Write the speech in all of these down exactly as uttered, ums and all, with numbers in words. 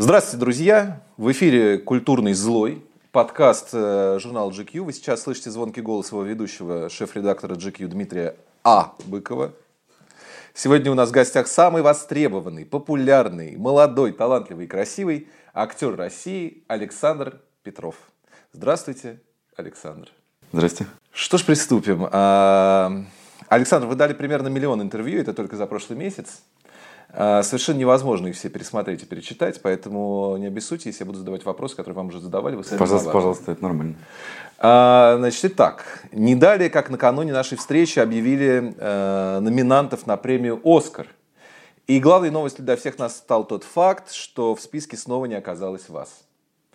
Здравствуйте, друзья! В эфире «Культурный злой», подкаст э, журнала джи кью. Вы сейчас слышите звонкий голос его ведущего, шеф-редактора джи кью Дмитрия А. Быкова. Сегодня у нас в гостях самый востребованный, популярный, молодой, талантливый и красивый актер России Александр Петров. Здравствуйте, Александр. Здрасте. Что ж, приступим. А, Александр, вы дали примерно миллион интервью, это только за прошлый месяц. Совершенно невозможно их все пересмотреть и перечитать, поэтому не обессудьте, если я буду задавать вопросы, которые вам уже задавали. Вы пожалуйста, пожалуйста, это нормально. А, значит, итак, не далее, как накануне нашей встречи объявили э, номинантов на премию «Оскар». И главной новостью для всех нас стал тот факт, что в списке снова не оказалось вас.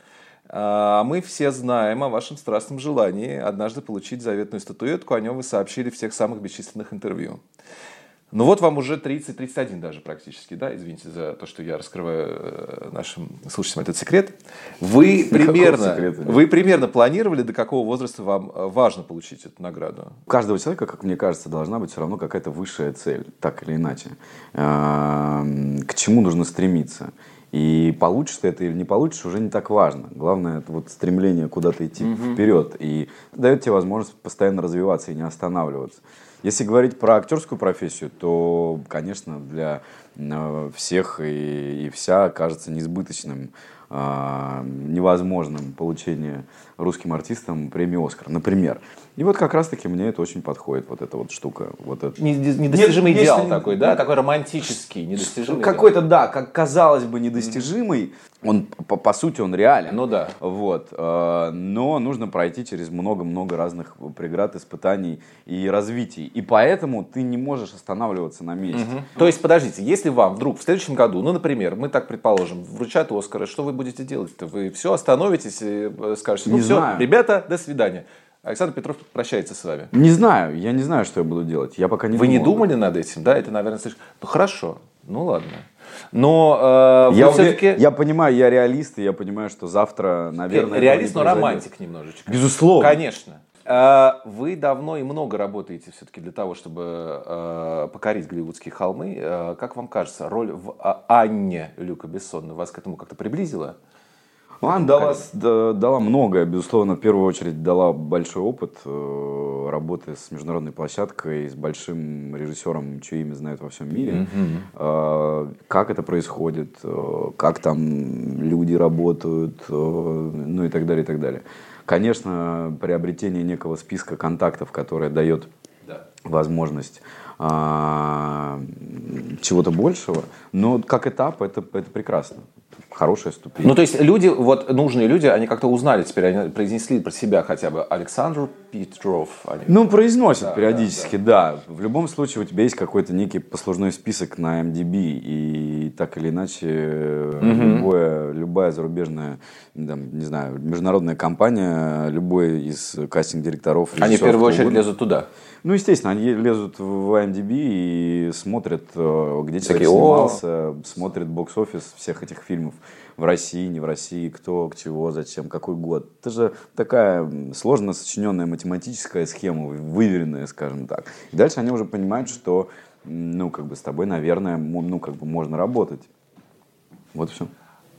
А мы все знаем о вашем страстном желании однажды получить заветную статуэтку, о нем вы сообщили в тех самых бесчисленных интервью. Ну вот вам уже тридцать тридцать один даже практически, да, извините за то, что я раскрываю нашим слушателям этот секрет. Вы примерно, секрета, вы примерно планировали, до какого возраста вам важно получить эту награду? У каждого человека, как мне кажется, должна быть все равно какая-то высшая цель, так или иначе. К чему нужно стремиться? И получишь ты это или не получишь, уже не так важно. Главное, это вот стремление куда-то идти mm-hmm. вперед. И дает тебе возможность постоянно развиваться и не останавливаться. Если говорить про актерскую профессию, то, конечно, для всех и, и вся кажется несбыточным, э, невозможным получение русским артистам премии «Оскар», например. И вот как раз-таки мне это очень подходит, вот эта вот штука. Вот это. Недостижимый Нет, идеал такой, да? Такой романтический, недостижимый Какой-то, идеал. Да, как казалось бы, недостижимый. Он, по, по сути, он реален. Ну да. Вот. Но нужно пройти через много-много разных преград, испытаний и развитий. И поэтому ты не можешь останавливаться на месте. Угу. То есть, подождите, если вам вдруг в следующем году, ну, например, мы так предположим, вручат «Оскары», что вы будете делать-то? Вы все остановитесь и скажете, ну не все, знаю. Ребята, до свидания. Александр Петров прощается с вами. Не знаю, я не знаю, что я буду делать. Я пока не Вы думал. не думали над этим, да? Это, наверное, слишком... Ну, хорошо, ну ладно. Но э, я, все-таки... я понимаю, я реалист, и я понимаю, что завтра, наверное... Реалист, но романтик немножечко. Безусловно. Конечно. Э, вы давно и много работаете все-таки для того, чтобы э, покорить голливудские холмы. Э, как вам кажется, роль в Анне Люка Бессона вас к этому как-то приблизила? Она дала, дала многое, безусловно, в первую очередь дала большой опыт э, работы с международной площадкой, с большим режиссером, чье имя знают во всем мире. Mm-hmm. Э, как это происходит, э, как там люди работают, э, ну и так далее, и так далее. Конечно, приобретение некого списка контактов, которое дает да. возможность э, чего-то большего, но как этап это, это прекрасно. Хорошая ступень. Ну, то есть люди, вот нужные люди, они как-то узнали теперь, они произнесли про себя хотя бы Александр Петров. Они... Ну, произносят да, периодически, да, да. да. В любом случае у тебя есть какой-то некий послужной список на эм ди би, и так или иначе mm-hmm. любое, любая зарубежная, там, не знаю, международная компания, любой из кастинг-директоров... Они в первую очередь лезут туда. Ну, естественно, они лезут в эм ди би и смотрят, где человек снимался, смотрят бокс-офис всех этих фильмов в России, не в России, кто, к чего, зачем, какой год. Это же такая сложно сочиненная математическая схема, выверенная, скажем так. И дальше они уже понимают, что, ну, как бы с тобой, наверное, ну, как бы можно работать. Вот и все.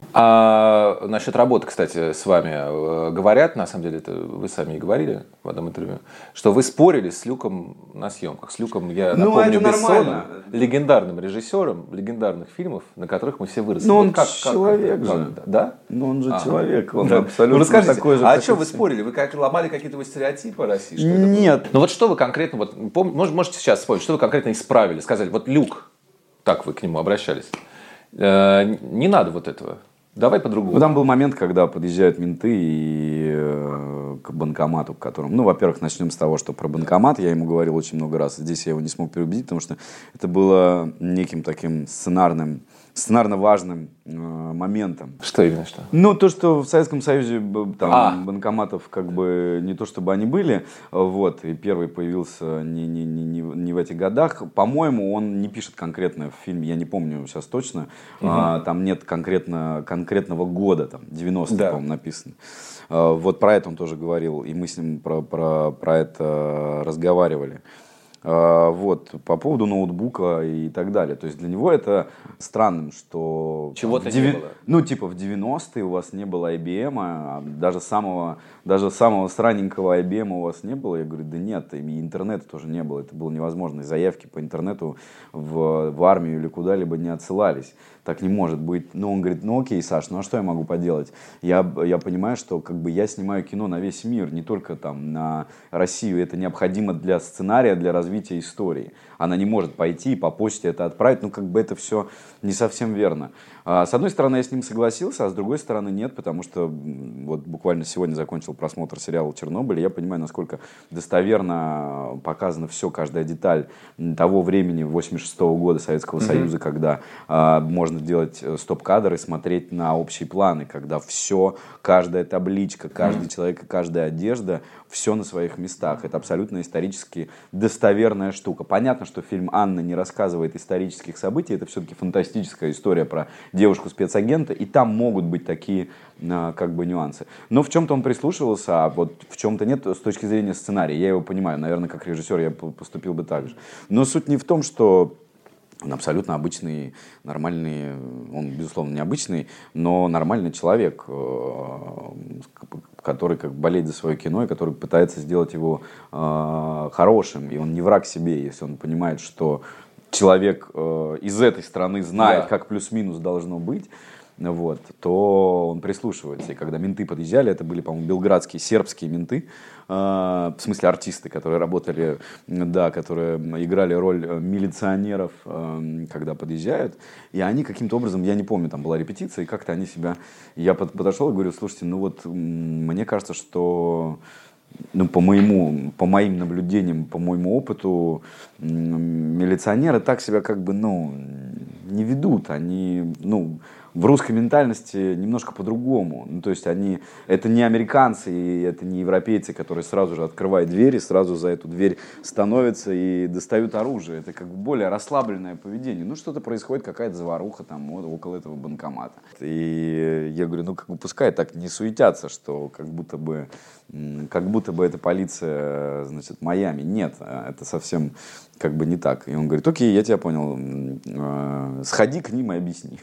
А насчет работы, кстати, с вами говорят, на самом деле, это вы сами и говорили в одном интервью, что вы спорили с Люком на съемках. С Люком, я ну, напомню, Бессоном, легендарным режиссером легендарных фильмов, на которых мы все выросли. Ну, он вот как, человек как, же. Как, да? Ну, он же ага. человек, он да. абсолютно ну, расскажите, такой же. А о чем вы спорили? Вы как ломали какие-то стереотипы России? Что Нет. Ну вот что вы конкретно, вот, пом- можете сейчас вспомнить, что вы конкретно исправили? Сказали, вот Люк, так вы к нему обращались, э, не надо вот этого. Давай по-другому. Ну, там был момент, когда подъезжают менты и, э, к банкомату, к которому... Ну, во-первых, начнем с того, что про банкомат я ему говорил очень много раз. Здесь я его не смог переубедить, потому что это было неким таким сценарным, сценарно важным э, моментом. Что именно что? Ну, то, что в Советском Союзе там, а. банкоматов как бы не то, чтобы они были. Вот, и первый появился не, не, не, не, не в этих годах. По-моему, он не пишет конкретно в фильме, я не помню сейчас точно. Угу. А, там нет конкретно, конкретного года, там, девяностые, да. по-моему, написано. А, вот про это он тоже говорил, и мы с ним про, про, про это разговаривали. А, вот, по поводу ноутбука и так далее. То есть для него это странным, что... Чего-то деви... не было. Ну, типа в девяностые у вас не было ай би эм, а даже самого, даже самого сраненького ай би эм у вас не было. Я говорю, да нет, и интернета тоже не было. Это было невозможно. И заявки по интернету в, в армию или куда-либо не отсылались. Так не может быть. Ну, он говорит, ну окей, Саш, ну а что я могу поделать? Я, я понимаю, что как бы я снимаю кино на весь мир, не только там на Россию. Это необходимо для сценария, для развития истории. Она не может пойти и по почте это отправить. Ну, как бы это все не совсем верно. А, с одной стороны, я с ним согласился, а с другой стороны нет, потому что вот буквально сегодня закончил просмотр сериала «Чернобыль», и я понимаю, насколько достоверно показано все, каждая деталь того времени, восемьдесят шестого года Советского mm-hmm. Союза, когда а, можно делать стоп-кадр и смотреть на общие планы, когда все, каждая табличка, каждый mm-hmm. человек и каждая одежда, все на своих местах. Это абсолютно исторически достоверная штука. Понятно, что фильм «Анна» не рассказывает исторических событий, это все-таки фантастическая история про девушку-спецагента, и там могут быть такие как бы нюансы. Но в чем-то он прислушивался, а вот в чем-то нет с точки зрения сценария. Я его понимаю, наверное, как режиссер я поступил бы так же. Но суть не в том, что он абсолютно обычный, нормальный, он, безусловно, необычный, но нормальный человек, который как бы болеет за свое кино и который пытается сделать его э, хорошим. И он не враг себе, если он понимает, что человек э, из этой страны знает, да. как плюс-минус должно быть, вот, то он прислушивается. И когда менты подъезжали, это были, по-моему, белградские, сербские менты, э, в смысле артисты, которые работали, да, которые играли роль милиционеров, э, когда подъезжают. И они каким-то образом, я не помню, там была репетиция, и как-то они себя... Я под, подошел и говорю, слушайте, ну вот мне кажется, что... Ну, по моему, по моим наблюдениям, по моему опыту, милиционеры так себя как бы, ну, не ведут. Они, ну, в русской ментальности немножко по-другому. Ну, то есть они, это не американцы, и это не европейцы, которые сразу же открывают дверь и сразу за эту дверь становятся и достают оружие. Это как бы более расслабленное поведение. Ну, что-то происходит, какая-то заваруха там около этого банкомата. И я говорю, ну, как бы пускай так не суетятся, что как будто бы как будто бы это полиция, значит, Майами. Нет, это совсем как бы не так. И он говорит, окей, я тебя понял, сходи к ним и объясни.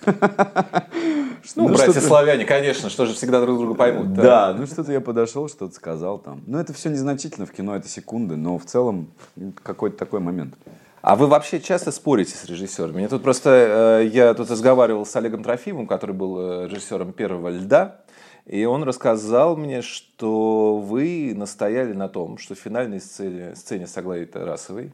Ну, братья-славяне, конечно, что же всегда друг друга поймут. Да, ну что-то я подошел, что-то сказал там. Ну, это все незначительно, в кино это секунды, но в целом какой-то такой момент. А вы вообще часто спорите с режиссерами? Я тут просто, я тут разговаривал с Олегом Трофимовым, который был режиссером «Первого льда», и он рассказал мне, что вы настояли на том, что в финальной сцене, сцене с Аглаей Тарасовой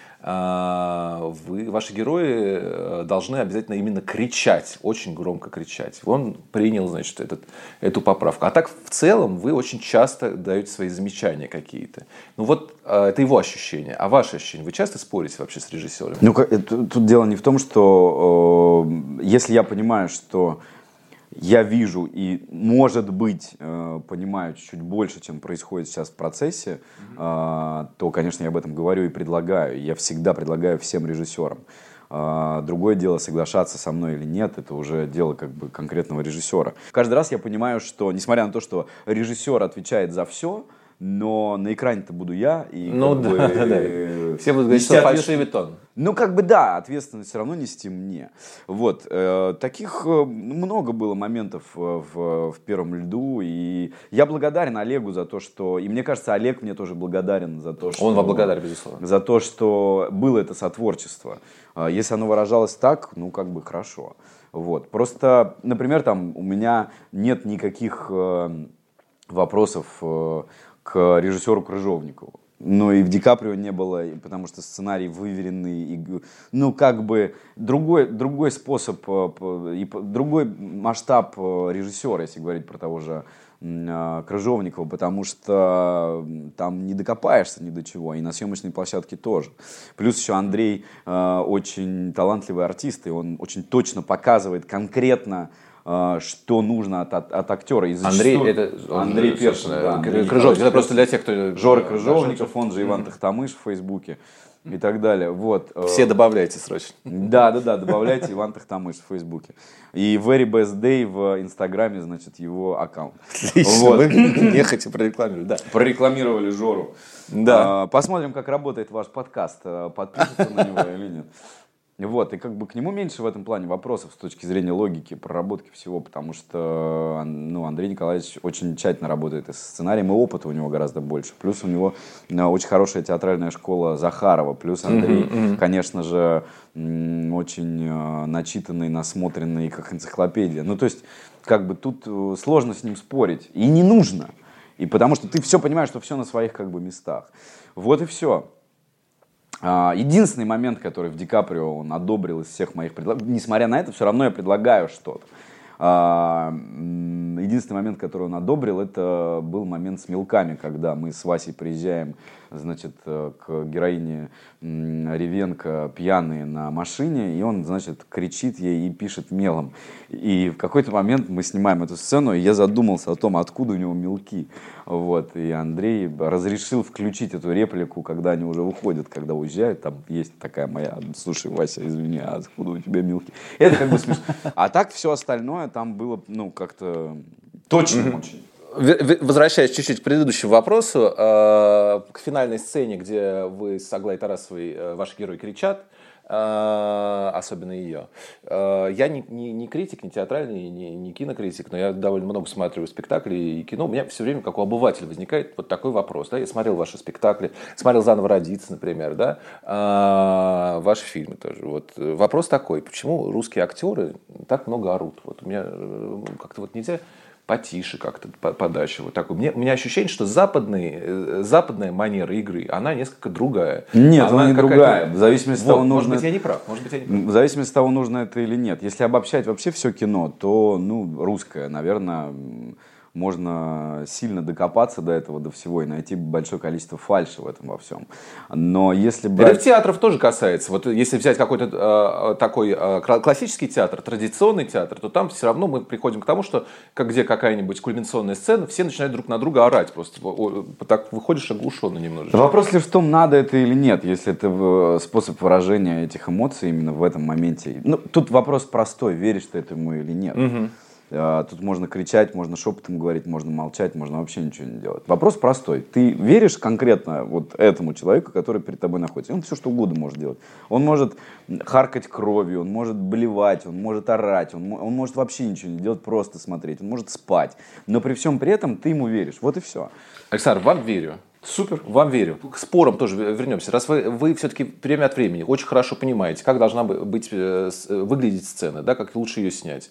вы, ваши герои должны обязательно именно кричать, очень громко кричать. Он принял, значит, этот, эту поправку. А так, в целом, вы очень часто даете свои замечания какие-то. Ну вот, это его ощущение. А ваше ощущение? Вы часто спорите вообще с режиссером? Ну, тут, тут дело не в том, что э, если я понимаю, что я вижу и, может быть, э, понимаю чуть-чуть больше, чем происходит сейчас в процессе, э, то, конечно, я об этом говорю и предлагаю. Я всегда предлагаю всем режиссерам. Э, другое дело, соглашаться со мной или нет, это уже дело как бы конкретного режиссера. Каждый раз я понимаю, что, несмотря на то, что режиссер отвечает за все, но на экране-то буду я. И ну как да, бы, да, да. Все будут говорить, что фальшивит он. Ну, как бы да, ответственность все равно нести мне. Вот. Э, таких э, много было моментов в, в «Первом льду. И я благодарен Олегу за то, что... И мне кажется, Олег мне тоже благодарен за то, что... Он вам благодарен, безусловно. За то, что было это сотворчество. Э, если оно выражалось так, ну, как бы хорошо. Вот. Просто, например, там у меня нет никаких э, вопросов... Э, к режиссеру Крыжовникову. Ну и в «Ди Каприо» не было, потому что сценарий выверенный. И, ну как бы другой, другой способ, и другой масштаб режиссера, если говорить про того же Крыжовникова, потому что там не докопаешься ни до чего, и на съемочной площадке тоже. Плюс еще Андрей э, очень талантливый артист, и он очень точно показывает конкретно, что нужно от, от, от актера. И Андрей, это Андрей Першин, да, Крыжовников. Это просто для тех, кто... Жора Крыжовников, он же Иван Тахтамыш в Фейсбуке. и так далее. Вот. Все добавляйте срочно. Да, да, да, добавляйте Иван Тахтамыш в Фейсбуке. И Very Best Day в Инстаграме, значит, его аккаунт. Отлично, Вот. вы нехотя прорекламировали, да. Прорекламировали Жору. Да. А, посмотрим, как работает ваш подкаст. Подпишется на него или нет. Вот, и как бы к нему меньше в этом плане вопросов с точки зрения логики, проработки всего, потому что ну, Андрей Николаевич очень тщательно работает и с сценарием, и опыта у него гораздо больше. Плюс у него очень хорошая театральная школа Захарова, плюс Андрей, uh-huh, uh-huh. конечно же, очень начитанный, насмотренный, как энциклопедия. Ну, то есть, как бы тут сложно с ним спорить, и не нужно, и потому что ты все понимаешь, что все на своих как бы местах. Вот и все. Единственный момент, который в Ди Каприо он одобрил из всех моих предложений, несмотря на это, все равно я предлагаю что-то. Единственный момент, который он одобрил, это был момент с мелками, когда мы с Васей приезжаем, значит, к героине Ревенко пьяные на машине, и он, значит, кричит ей и пишет мелом. И в какой-то момент мы снимаем эту сцену, и я задумался о том, откуда у него мелки. Вот. И Андрей разрешил включить эту реплику, когда они уже уходят, когда уезжают. Там есть такая моя: слушай, Вася, извини, а откуда у тебя мелки? Это как бы смешно. А так все остальное там было, ну, как-то точно очень. Возвращаясь чуть-чуть к предыдущему вопросу, э, к финальной сцене, где вы с Аглаей Тарасовой, э, ваши герои кричат, э, особенно ее. Э, я не, не, не критик, не театральный, не, не кинокритик, но я довольно много смотрю спектаклей и кино. У меня все время, как у обывателя, возникает вот такой вопрос. Да? Я смотрел ваши спектакли, смотрел «Заново родиться», например, да? э, ваши фильмы тоже. Вот. Вопрос такой: почему русские актеры так много орут? Вот у меня как-то вот нельзя... потише как-то подача. Вот такой. Мне, у меня ощущение, что западные, западная манера игры, она несколько другая. Нет, она, она не другая. В зависимости вот, от того, нужно... Может быть, я не прав. Может быть, я не прав. В зависимости от того, нужно это или нет. Если обобщать вообще все кино, то, ну, русское, наверное, можно сильно докопаться до этого, до всего, и найти большое количество фальши в этом во всем. Но если брать... Это в театров тоже касается. Вот если взять какой-то э, такой э, классический театр, традиционный театр, то там все равно мы приходим к тому, что как, где какая-нибудь кульминационная сцена, все начинают друг на друга орать. Просто так выходишь оглушенно немножечко. Вопрос лишь в том, надо это или нет, если это способ выражения этих эмоций именно в этом моменте. Ну, тут вопрос простой: веришь ты этому или нет. Угу. Тут можно кричать, можно шепотом говорить, можно молчать, можно вообще ничего не делать. Вопрос простой: ты веришь конкретно вот этому человеку, который перед тобой находится? Он все что угодно может делать. Он может харкать кровью, он может блевать, он может орать, он, он может вообще ничего не делать, просто смотреть, он может спать. Но при всем при этом ты ему веришь. Вот и все. Александр, вам верю. Супер, вам верю. К спорам тоже вернемся. Раз вы, вы все-таки время от времени очень хорошо понимаете, как должна быть, выглядеть сцена, да, как лучше ее снять.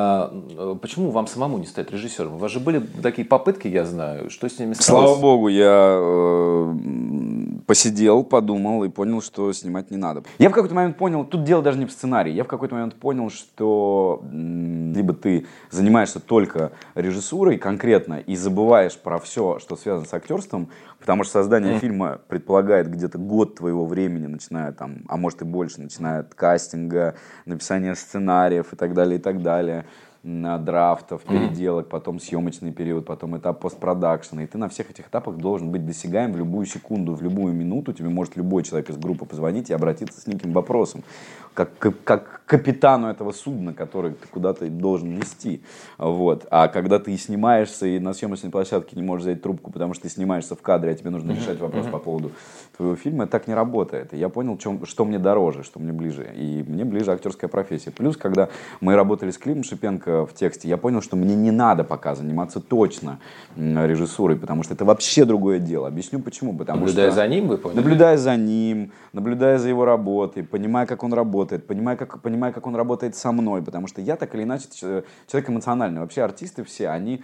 Почему вам самому не стать режиссером? У вас же были такие попытки, я знаю, что с ними стало? Слава богу, я э, посидел, подумал и понял, что снимать не надо. Я в какой-то момент понял, тут дело даже не в сценарии, я в какой-то момент понял, что м, либо ты занимаешься только режиссурой конкретно и забываешь про все, что связано с актерством, потому что создание mm. фильма предполагает где-то год твоего времени, начиная там, а может и больше, начиная от кастинга, написания сценариев и так далее, и так далее, драфтов, переделок, mm. потом съемочный период, потом этап постпродакшена. И ты на всех этих этапах должен быть досягаем в любую секунду, в любую минуту. Тебе может любой человек из группы позвонить и обратиться с неким вопросом. Как, как, как капитану этого судна, который ты куда-то должен нести. Вот. А когда ты снимаешься и на съемочной площадке не можешь взять трубку, потому что ты снимаешься в кадре, а тебе нужно mm-hmm. решать вопрос mm-hmm. по поводу твоего фильма, так не работает. И я понял, чем, что мне дороже, что мне ближе. И мне ближе актерская профессия. Плюс, когда мы работали с Климом Шипенко в тексте, я понял, что мне не надо пока заниматься точно режиссурой, потому что это вообще другое дело. Объясню почему. Потому наблюдая что, за ним, вы поняли? Наблюдая за ним, наблюдая за его работой, понимая, как он работает, понимая, как, понимая, как он работает со мной, потому что я так или иначе человек эмоциональный. Вообще артисты все, они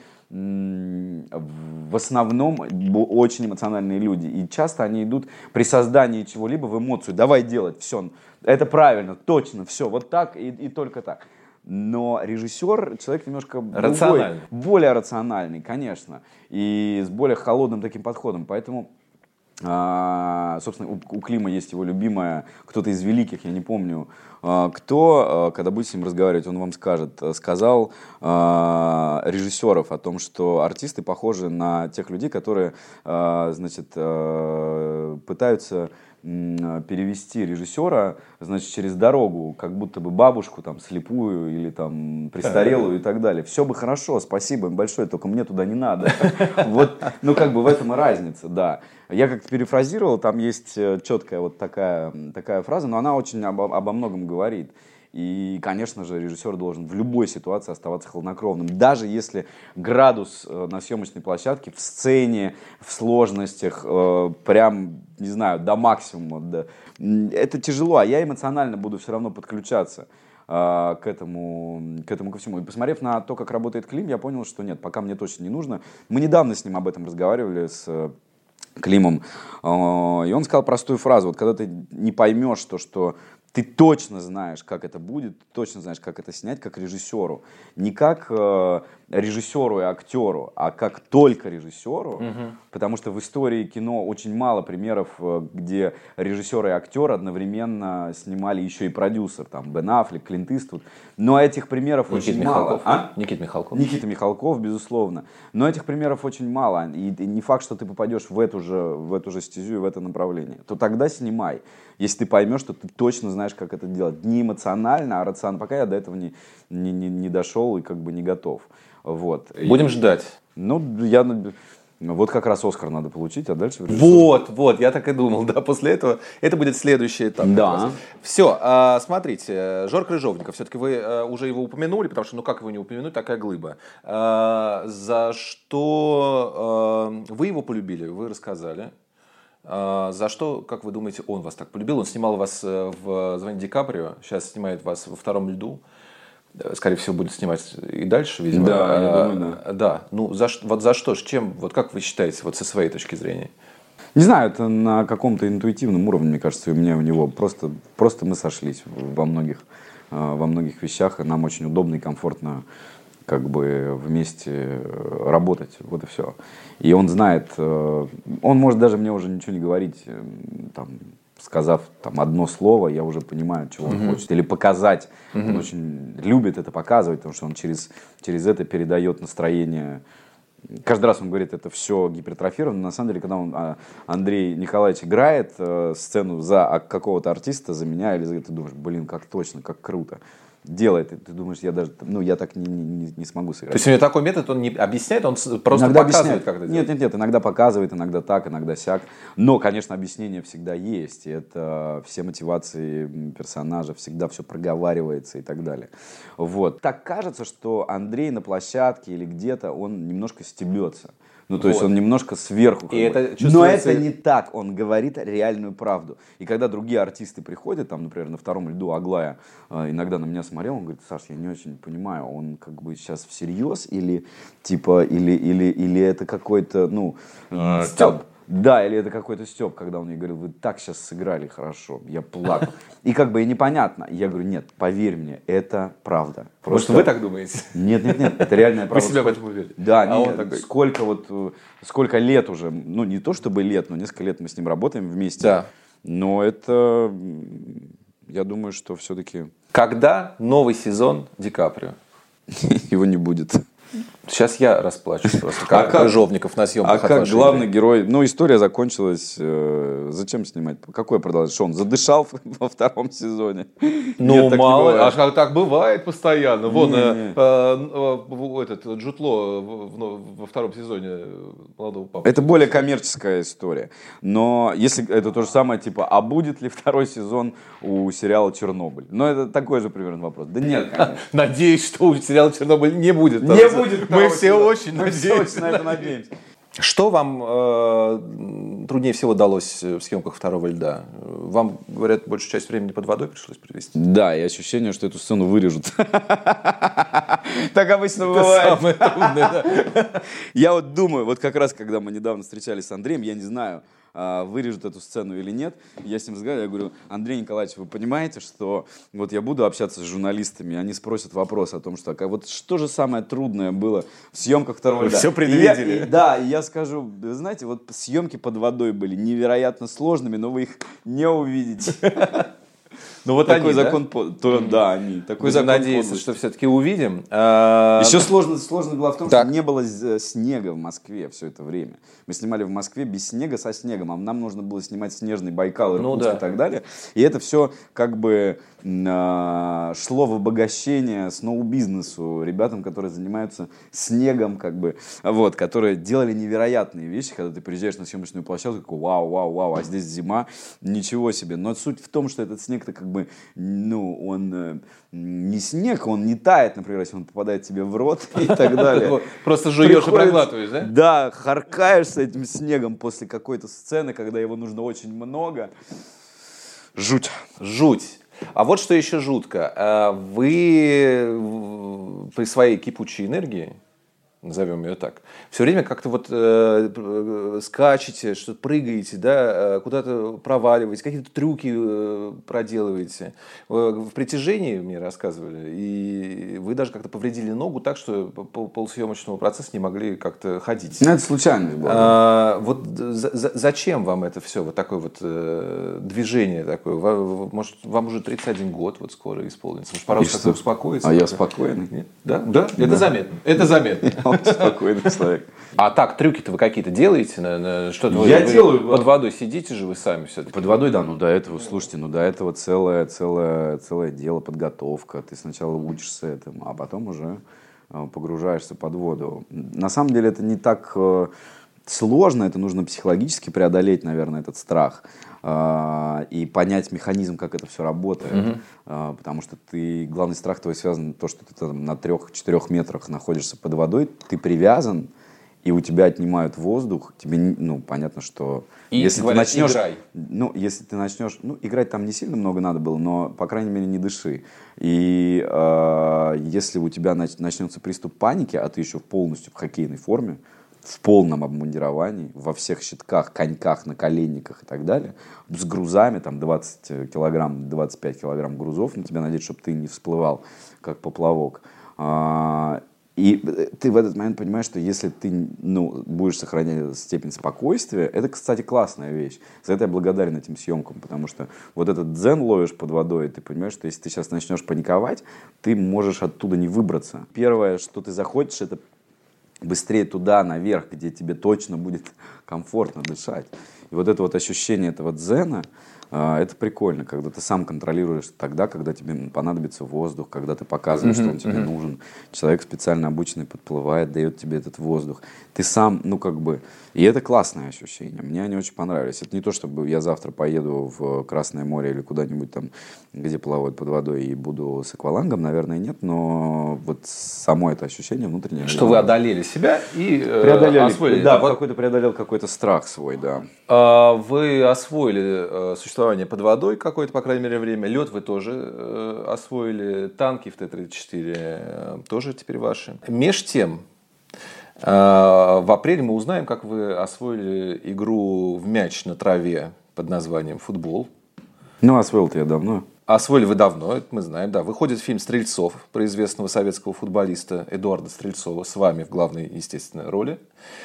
в основном очень эмоциональные люди. И часто они идут при создании чего-либо в эмоцию. Давай делать, все, это правильно, точно, все, вот так и, и только так. Но режиссер человек немножко другой, более рациональный, конечно, и с более холодным таким подходом. Поэтому, а, собственно, у, у Клима есть его любимая, кто-то из великих, я не помню, а, кто, а, когда будете с ним разговаривать, он вам скажет, сказал а, режиссеров о том, что артисты похожи на тех людей, которые, а, значит, а, пытаются перевести режиссера, значит, через дорогу, как будто бы бабушку там слепую или там престарелую и так далее. Все бы хорошо, спасибо им большое, только мне туда не надо. Вот, ну как бы в этом и разница, да. Я как-то перефразировал, там есть четкая вот такая, такая фраза, но она очень обо, обо многом говорит. И, конечно же, режиссер должен в любой ситуации оставаться хладнокровным. Даже если градус на съемочной площадке, в сцене, в сложностях, прям, не знаю, до максимума. До... Это тяжело, а я эмоционально буду все равно подключаться к этому, к этому ко всему. И посмотрев на то, как работает Клим, я понял, что нет, пока мне точно не нужно. Мы недавно с ним об этом разговаривали, с Климом, и он сказал простую фразу. Вот когда ты не поймешь то, что ты точно знаешь, как это будет, ты точно знаешь, как это снять, как режиссеру. Не как э, режиссеру и актеру, а как только режиссеру. Угу. Потому что в истории кино очень мало примеров, где режиссер и актер одновременно снимали еще и продюсер. Там Бен Аффлек, Клинт Иствуд. Но этих примеров Никита очень Михалков. мало. А? Никита Михалков. Никита Михалков, безусловно. Но этих примеров очень мало. И, и не факт, что ты попадешь в эту же, в эту же стезю и в это направление. То тогда снимай. Если ты поймешь, что ты точно знаешь, как это делать. Не эмоционально, а рационально. Пока я до этого не, не, не, не дошел и как бы не готов. Вот. Будем и, ждать. Ну, я... Вот как раз Оскар надо получить, а дальше... Вот, вот, я так и думал, да, после этого это будет следующий этап. Да. Все, а, смотрите, Жор Крыжовников, все-таки вы а, уже его упомянули, потому что, ну как его не упомянуть, такая глыба. А, за что а, вы его полюбили, вы рассказали. А, за что, как вы думаете, он вас так полюбил? Он снимал вас в «Звоните Ди Каприо», сейчас снимает вас во «Втором льду». Скорее всего, будет снимать и дальше, видимо. Да, а, я думаю, да. Да. Ну, за, вот за что, чем, вот как вы считаете, вот со своей точки зрения? Не знаю, это на каком-то интуитивном уровне, мне кажется, у меня, у него. Просто, просто мы сошлись во многих, во многих вещах, и нам очень удобно и комфортно как бы вместе работать, вот и все. И он знает, он может даже мне уже ничего не говорить, там, сказав там одно слово, я уже понимаю, чего он uh-huh. хочет. Или показать. Uh-huh. Он очень любит это показывать, потому что он через, через это передает настроение. Каждый раз он говорит, это все гипертрофировано. На самом деле, когда он, Андрей Николаевич играет э, сцену за какого-то артиста, за меня, или за это, ты думаешь, блин, как точно, как круто. Делает, и ты думаешь, я даже, ну, я так не, не, не смогу сыграть. То есть у него такой метод, он не объясняет, он просто иногда показывает, как это делать? Нет, нет, нет, иногда показывает, иногда так, иногда сяк. Но, конечно, объяснение всегда есть. И это все мотивации персонажа, всегда все проговаривается и так далее. Вот. Так кажется, что Андрей на площадке или где-то, он немножко стебется. Ну, то вот. Есть он немножко сверху. И это Но это не так, он говорит реальную правду. И когда другие артисты приходят, там, например, на «Втором льду» Аглая э, иногда на меня смотрел, он говорит, Саш, я не очень понимаю, он как бы сейчас всерьез или типа, или, или, или это какой-то, ну, э, стёб. Да, или это какой-то стёб, когда он мне говорил, вы так сейчас сыграли хорошо, я плакал. И как бы и непонятно. Я говорю, нет, поверь мне, это правда. Просто... Может, вы так думаете? Нет, нет, нет, это реальная правда. Вы себя в этом уверены? Да, а нет, он такой... сколько вот, сколько лет уже, ну не то чтобы лет, но несколько лет мы с ним работаем вместе. Да. Но это, я думаю, что все-таки... Когда новый сезон Ди Каприо? Его не будет. Сейчас я расплачусь просто, как, а как Крыжовников на съемках. А как главный герой... Ну, история закончилась... Э, зачем снимать? Какое продолжение? Что, он задышал во втором сезоне? Ну, Нет, мало. А так бывает постоянно. Вон, не, э, не. Э, э, этот Джутло во втором сезоне молодого папы. Это более коммерческая история. Но если это то же самое, типа, а будет ли второй сезон у сериала «Чернобыль»? Ну, это такой же примерно вопрос. Да нет, конечно. Надеюсь, что у сериала «Чернобыль» не будет. Не будет. Мы все очень Мы надеемся. очень на это надеемся. Что вам э, труднее всего далось в съемках «Второго льда»? Вам, говорят, большую часть времени под водой пришлось провести? Да, и ощущение, что эту сцену вырежут. Так обычно бывает. Самое трудное, да. Я вот думаю, вот как раз, когда мы недавно встречались с Андреем, я не знаю, вырежут эту сцену или нет. Я с ним разговариваю, я говорю, Андрей Николаевич, вы понимаете, что вот я буду общаться с журналистами, они спросят вопрос о том, что а вот что же самое трудное было в съемках «Второго льда»? Все предвидели. И я, и, да, и я скажу, вы знаете, вот съемки под водой были невероятно сложными, но вы их не увидите. Ну вот такой они, закон, да? По... То, да, они. Такой Будем закон надеяться, подлости. что все-таки увидим. А, Еще сложность, сложность была в том, Так. что не было з- снега в Москве все это время. Мы снимали в Москве без снега, со снегом, а нам нужно было снимать снежный Байкал, Ну Иркутск да. и так далее. И это все как бы м, а, шло в обогащение сноу-бизнесу, ребятам, которые занимаются снегом, как бы, вот, которые делали невероятные вещи, когда ты приезжаешь на съемочную площадку, такой, вау, вау, вау, а здесь зима, ничего себе. Но суть в том, что этот снег-то как бы, ну, он э, не снег, он не тает, например, если он попадает тебе в рот и так далее. Просто жуешь и Приходится- проглатываешь, да? Да, харкаешь с этим снегом после какой-то сцены, когда его нужно очень много. Жуть. Жуть. А вот что еще жутко. А Вы в- при своей кипучей энергии, назовем ее так, все время как-то вот э, э, скачете, что-то прыгаете, да, э, куда-то проваливаете, какие-то трюки э, проделываете. Э, В притяжении мне рассказывали, и вы даже как-то повредили ногу так, что по по- полсъемочного процесса не могли как-то ходить. Ну, это случайность была. А, вот за- за- зачем вам это все, вот такое вот э, движение такое? Ва- Может, вам уже тридцать один год вот скоро исполнится? Может, пора И уже как-то что? успокоиться? А я как-то? спокойный. Нет? Да? Да? Это заметно. Это заметно. Я очень спокойный человек. А так, трюки-то вы какие-то делаете? На- на- Что-то вы- Я вы делаю. Под водой сидите же вы сами все-таки? Под водой, да, ну до этого, слушайте, ну до этого целое, целое, целое дело, подготовка. Ты сначала учишься этому, а потом уже э, погружаешься под воду. На самом деле это не так э, сложно, это нужно психологически преодолеть, наверное, этот страх. э, И понять механизм, как это все работает. Э, Потому что ты, главный страх твой связан то, что ты там на трех-четырех метрах находишься под водой, ты привязан, и у тебя отнимают воздух, тебе, ну, понятно, что И если говорят, ты начнешь, играй. ну, если ты начнешь, ну, играть там не сильно много надо было, но, по крайней мере, не дыши. И э, если у тебя нач- начнется приступ паники, а ты еще полностью в хоккейной форме, в полном обмундировании, во всех щитках, коньках, наколенниках и так далее, с грузами, там, двадцать килограмм, двадцать пять килограмм грузов на тебя надеть, чтобы ты не всплывал, как поплавок. А, И ты в этот момент понимаешь, что если ты, ну, будешь сохранять степень спокойствия, это, кстати, классная вещь. За это я благодарен этим съемкам, потому что вот этот дзен ловишь под водой, и ты понимаешь, что если ты сейчас начнешь паниковать, ты можешь оттуда не выбраться. Первое, что ты захочешь, это быстрее туда, наверх, где тебе точно будет комфортно дышать. И вот это вот ощущение этого дзена, э, это прикольно, когда ты сам контролируешь тогда, когда тебе понадобится воздух, когда ты показываешь, что он тебе нужен. Человек специально обученный подплывает, дает тебе этот воздух. Ты сам, ну как бы... И это классное ощущение. Мне они очень понравились. Это не то, чтобы я завтра поеду в Красное море или куда-нибудь там, где плавают под водой, и буду с аквалангом, наверное, нет, но вот само это ощущение внутреннее. Что вы одолели себя и э, Преодолели, освоили. да, Вот, какой-то преодолел какой-то страх свой, да. а, вы освоили э, существование под водой какое-то, по крайней мере, время. Лед вы тоже э, освоили. Танки в Т тридцать четыре э, тоже теперь ваши. Меж тем, э, в апреле мы узнаем, как вы освоили игру в мяч на траве под названием футбол. Ну, освоил-то я давно. Освоили вы давно, это мы знаем, да. Выходит фильм «Стрельцов» про известного советского футболиста Эдуарда Стрельцова с вами в главной, естественно, роли.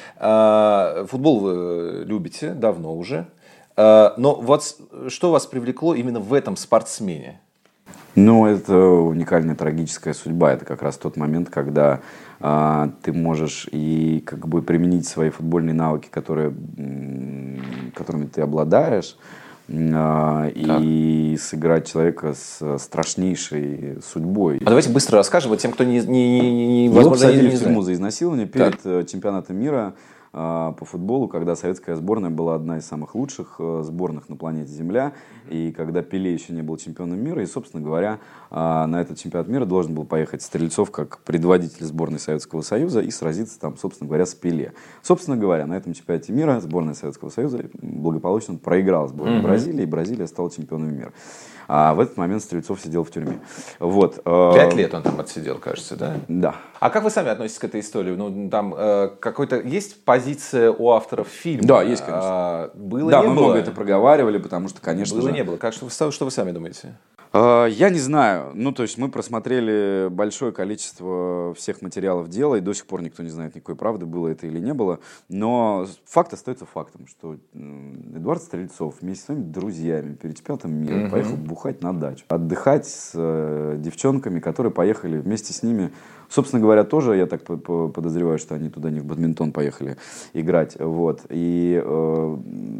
А, Футбол вы любите давно уже. А, Но вот с- что вас привлекло именно в этом спортсмене? Ну, это уникальная трагическая судьба. Это как раз тот момент, когда а, ты можешь и как бы применить свои футбольные навыки, которые, м, которыми ты обладаешь, а, и сыграть человека с страшнейшей судьбой. А давайте быстро расскажем вот тем, кто не, не, не, не- Его возможно, не, посадили не в тюрьму знает. за изнасилование перед э, чемпионатом мира э, по футболу, когда советская сборная была одна из самых лучших э, сборных на планете Земля, и когда Пеле еще не был чемпионом мира, и, собственно говоря, э, на этот чемпионат мира должен был поехать Стрельцов как предводитель сборной Советского Союза и сразиться там, собственно говоря, с Пеле. Собственно говоря, на этом чемпионате мира сборная Советского Союза благополучно проиграла сборной Мгм. Бразилии, и Бразилия стала чемпионом мира. А в этот момент Стрельцов сидел в тюрьме. Вот. э, Пять лет он там отсидел, кажется, да? Да. А как вы сами относитесь к этой истории? Ну, там э, какой-то есть позиция у авторов фильма? Да, есть, конечно. А, было, Да, не мы было? много это проговаривали, потому что, конечно Было, же... не было. Как, что, вы, что вы сами думаете? Я не знаю. Ну, то есть мы просмотрели большое количество всех материалов дела, и до сих пор никто не знает никакой правды, было это или не было. Но факт остается фактом, что Эдуард Стрельцов вместе с своими друзьями перед чемпионатом мира угу. поехал бухать на дачу, отдыхать с э, девчонками, которые поехали вместе с ними. Собственно говоря, тоже, я так подозреваю, что они туда не в бадминтон поехали играть. Вот. И э,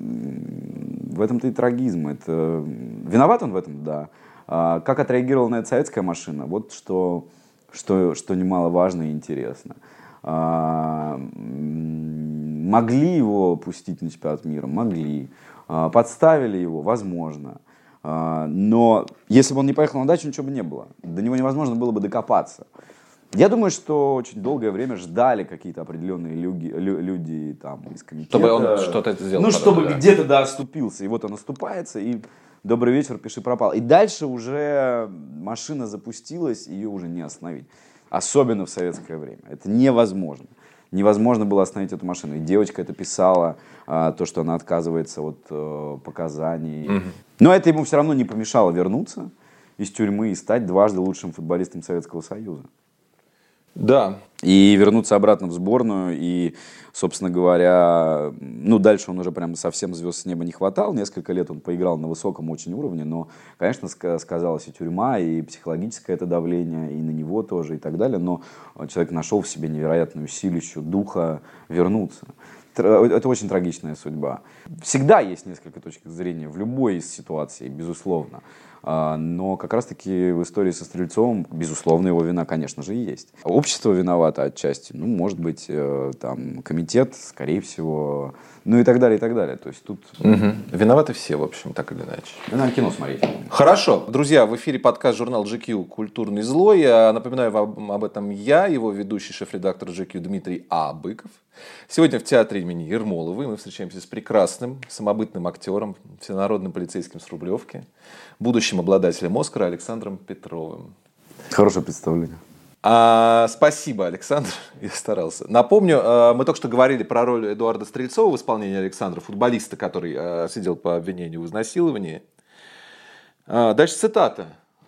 в этом-то и трагизм. Это... Виноват он в этом? Да. А как отреагировала на это советская машина? Вот что, что, что немаловажно и интересно. А, могли его пустить на чемпионат мира? Могли. А, подставили его? Возможно. А, но если бы он не поехал на дачу, ничего бы не было. До него невозможно было бы докопаться. Я думаю, что очень долгое время ждали какие-то определенные люди, люди там, из комитета. Чтобы он что-то это сделал. Ну, чтобы да. где-то да, оступился. И вот он оступается, и добрый вечер, пиши пропал. И дальше уже машина запустилась, ее уже не остановить. Особенно в советское время. Это невозможно. Невозможно было остановить эту машину. И девочка это писала, а, то, что она отказывается от а, показаний. Угу. Но это ему все равно не помешало вернуться из тюрьмы и стать дважды лучшим футболистом Советского Союза. Да. И вернуться обратно в сборную. И, собственно говоря, ну, дальше он уже прям совсем звезд с неба не хватал. Несколько лет он поиграл на высоком очень уровне. Но, конечно, сказалась и тюрьма, и психологическое это давление, и на него тоже, и так далее. Но человек нашел в себе невероятную силищу духа вернуться. Это очень трагичная судьба. Всегда есть несколько точек зрения в любой из ситуаций, безусловно. Но как раз-таки в истории со Стрельцовым, безусловно, его вина, конечно же, есть. Общество виновато отчасти, ну, может быть, там, комитет, скорее всего, ну и так далее, и так далее. То есть тут... Угу. Виноваты все, в общем, так или иначе. Надо кино смотреть. Хорошо. Друзья, в эфире подкаст журнал джи кью «Культурный злой». Я напоминаю вам об этом я, его ведущий, шеф-редактор джи кью Дмитрий А. Быков. Сегодня в театре имени Ермоловой мы встречаемся с прекрасным, самобытным актером, всенародным полицейским с Рублевки, будущим обладателем Оскара Александром Петровым. Хорошее представление. А, спасибо, Александр, я старался. Напомню, мы только что говорили про роль Эдуарда Стрельцова в исполнении Александра, футболиста, который сидел по обвинению в изнасиловании. Дальше цитата.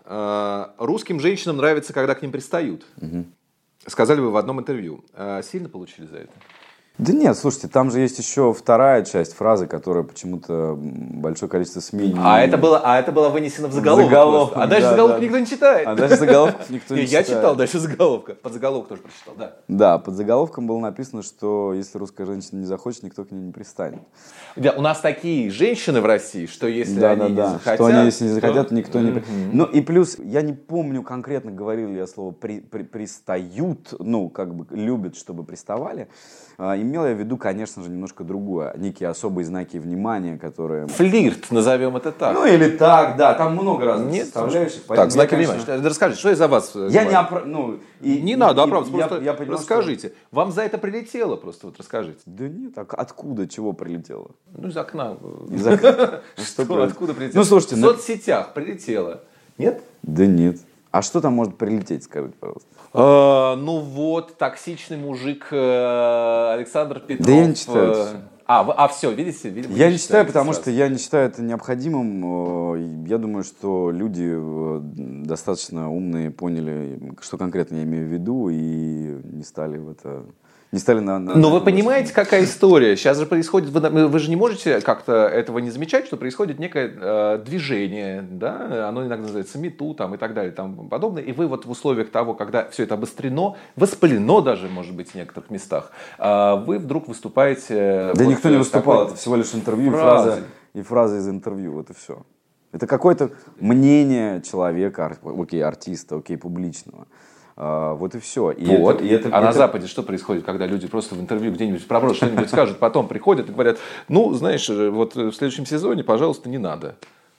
«Русским женщинам нравится, когда к ним пристают». Угу. Сказали вы в одном интервью. Сильно получили за это? Да нет, слушайте, там же есть еще вторая часть фразы, которая почему-то большое количество СМИ... А, это, было, а это было вынесено в заголовок. заголовок а дальше да, заголовок да. никто не читает. А дальше заголовок никто не читает. Я читал дальше заголовка. Под заголовок тоже прочитал, да. Да, под заголовком было написано, что если русская женщина не захочет, никто к ней не пристанет. Да, у нас такие женщины в России, что если да, они да, не да. захотят... Что они, если не захотят, то никто не... Mm-hmm. Ну и плюс, я не помню конкретно, говорил ли я слово при, при, «пристают», ну, как бы любят, чтобы приставали. А, имел я в виду, конечно же, немножко другое. Некие особые знаки внимания, которые... Флирт, назовем это так. Ну или так, да, там много разных Нет, составляющих. Так, знаки конечно... внимания. Расскажите, что я за вас Я говорю? не опра... ну, и, Не и, надо и, оправдываться, я, просто я понимал, расскажите. Что... Вам за это прилетело просто, вот расскажите. Да нет, а откуда, чего прилетело? Ну, из окна. Из окна? Что, откуда прилетело? Ну, слушайте, в соцсетях прилетело. Нет? Да нет. А что там может прилететь, скажите, пожалуйста? А, ну вот, токсичный мужик Александр Петров. Да я не читаю это все. А, а все, видите? видите я не читаю, потому сразу. что я не считаю это необходимым. Я думаю, что люди достаточно умные поняли, что конкретно я имею в виду, и не стали в это... Не стали на, на, Но на вы понимаете, какая история? Сейчас же происходит, вы, вы же не можете как-то этого не замечать, что происходит некое э, движение, да? Оно иногда называется мету там, и так далее, там подобное. И вы вот в условиях того, когда все это обострено, воспалено даже, может быть, в некоторых местах, э, вы вдруг выступаете... Да вот никто не выступал, это всего лишь интервью и фраза, и фраза из интервью, вот и все. Это какое-то мнение человека, окей, артиста, окей, публичного. А, вот и все. И вот. это, и это, а это... на Западе что происходит, когда люди просто в интервью где-нибудь проброс что-нибудь скажут, потом приходят и говорят, ну, знаешь, вот в следующем сезоне, пожалуйста, не надо.